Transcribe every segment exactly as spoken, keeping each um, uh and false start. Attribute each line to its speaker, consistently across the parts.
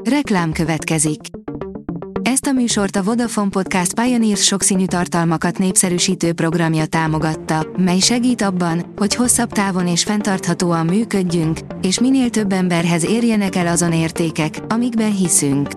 Speaker 1: Reklám következik. Ezt a műsort a Vodafone Podcast Pioneers sokszínű tartalmakat népszerűsítő programja támogatta, mely segít abban, hogy hosszabb távon és fenntarthatóan működjünk, és minél több emberhez érjenek el azon értékek, amikben hiszünk.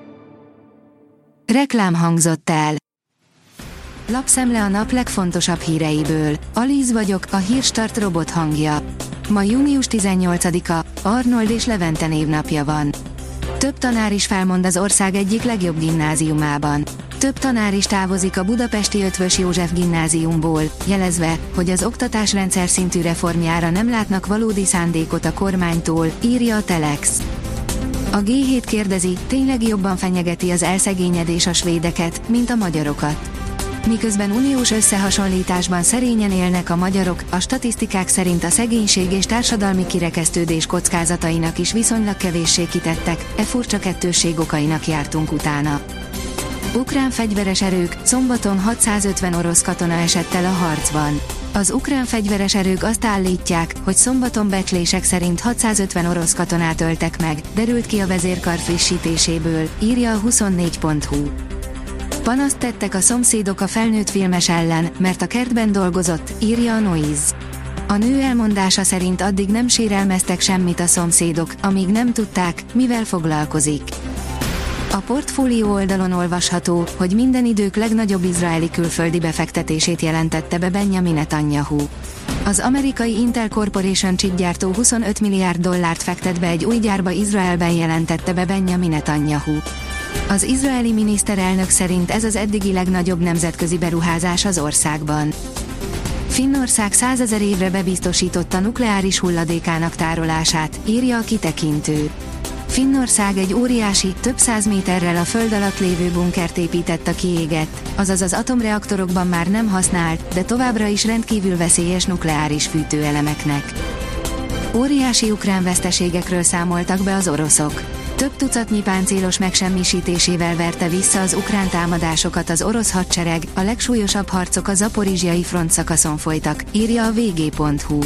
Speaker 1: Reklám hangzott el. Lapszemle a nap legfontosabb híreiből. Alíz vagyok, a Hírstart robot hangja. Ma június tizennyolcadika, Arnold és Levente névnapja van. Több tanár is felmond az ország egyik legjobb gimnáziumában. Több tanár is távozik a budapesti Ötvös József gimnáziumból, jelezve, hogy az oktatásrendszer szintű reformjára nem látnak valódi szándékot a kormánytól, írja a Telex. A gé hét kérdezi, tényleg jobban fenyegeti az elszegényedés a svédeket, mint a magyarokat. Miközben uniós összehasonlításban szerényen élnek a magyarok, a statisztikák szerint a szegénység és társadalmi kirekesztődés kockázatainak is viszonylag kevéssé kitettek, e furcsa kettősség okainak jártunk utána. Ukrán fegyveres erők, szombaton hatszázötven orosz katona esett el a harcban. Az ukrán fegyveres erők azt állítják, hogy szombaton becslések szerint hatszázötven orosz katonát öltek meg, derült ki a vezérkar frissítéséből, írja a huszonnégy pont hu. Panaszt tettek a szomszédok a felnőtt filmes ellen, mert a kertben dolgozott, írja a Noise. A nő elmondása szerint addig nem sérelmeztek semmit a szomszédok, amíg nem tudták, mivel foglalkozik. A Portfolio oldalon olvasható, hogy minden idők legnagyobb izraeli külföldi befektetését jelentette be Benjamin Netanyahu. Az amerikai Intel Corporation chipgyártó huszonöt milliárd dollárt fektet be egy új gyárba Izraelben, jelentette be Benjamin Netanyahu. Az izraeli miniszterelnök szerint ez az eddigi legnagyobb nemzetközi beruházás az országban. Finnország százezer évre bebiztosította nukleáris hulladékának tárolását, írja a kitekintő. Finnország egy óriási, több száz méterrel a föld alatt lévő bunkert épített a kiégett, azaz az atomreaktorokban már nem használt, de továbbra is rendkívül veszélyes nukleáris fűtőelemeknek. Óriási ukrán veszteségekről számoltak be az oroszok. Több tucatnyi páncélos megsemmisítésével verte vissza az ukrán támadásokat az orosz hadsereg, a legsúlyosabb harcok a zaporizsiai frontszakaszon folytak, írja a vé gé pont hu.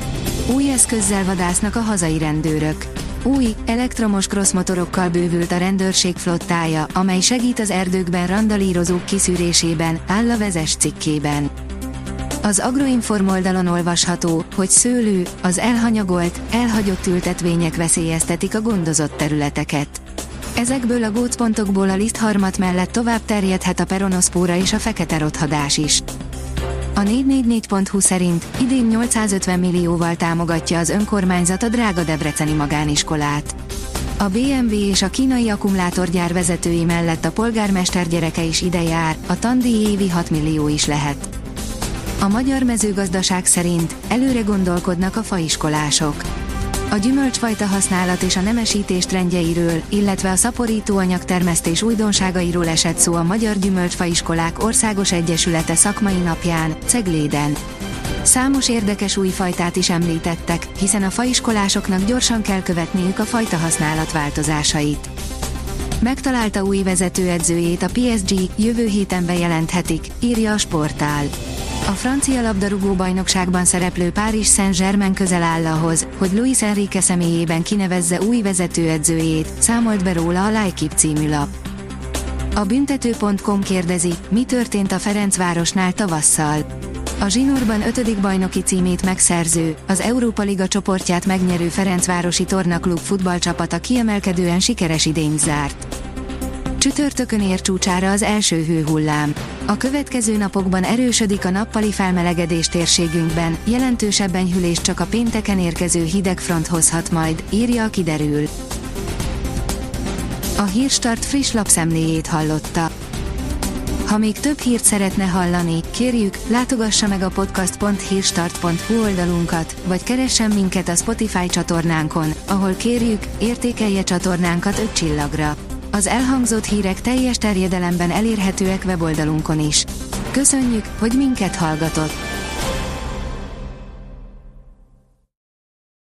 Speaker 1: Új eszközzel vadásznak a hazai rendőrök. Új, elektromos crossmotorokkal bővült a rendőrség flottája, amely segít az erdőkben randalírozók kiszűrésében, áll a Vezes cikkében. Az Agroinform oldalon olvasható, hogy szőlő, az elhanyagolt, elhagyott ültetvények veszélyeztetik a gondozott területeket. Ezekből a gócpontokból a lisztharmat mellett tovább terjedhet a peronoszpóra és a fekete rothadás is. A négy négy négy pont hu szerint idén nyolcszázötven millióval támogatja az önkormányzat a drága debreceni magániskolát. A bé em vé és a kínai akkumulátorgyár vezetői mellett a polgármester gyereke is ide jár, a tandíj évi hat millió is lehet. A magyar mezőgazdaság szerint előre gondolkodnak a faiskolások. A gyümölcsfajta használat és a nemesítés trendjeiről, illetve a szaporítóanyag termesztés újdonságairól esett szó a Magyar Gyümölcsfaiskolák Országos Egyesülete szakmai napján, Cegléden. Számos érdekes új fajtát is említettek, hiszen a faiskolásoknak gyorsan kell követniük a fajta használat változásait. Megtalálta új vezetőedzőjét a pé es gé, jövő héten bejelenthetik, írja a Sportál. A francia labdarúgó bajnokságban szereplő Paris Saint-Germain közel áll ahhoz, hogy Luis Enrique személyében kinevezze új vezetőedzőjét, számolt be róla a L'Équipe című lap. A büntető pont com kérdezi, mi történt a Ferencvárosnál tavasszal. A zsinórban ötödik bajnoki címét megszerző, az Európa Liga csoportját megnyerő Ferencvárosi Tornaklub futballcsapata kiemelkedően sikeres idényt zárt. Csütörtökön ér csúcsára az első hőhullám. A következő napokban erősödik a nappali felmelegedés térségünkben, jelentősebb enyhülést csak a pénteken érkező hideg front hozhat majd, írja a Kiderül. A Hírstart friss lapszemléjét hallotta. Ha még több hírt szeretne hallani, kérjük, látogassa meg a podcast pont hírstart pont hu oldalunkat, vagy keressen minket a Spotify csatornánkon, ahol kérjük, értékelje csatornánkat öt csillagra. Az elhangzott hírek teljes terjedelemben elérhetőek weboldalunkon is. Köszönjük, hogy minket hallgatott!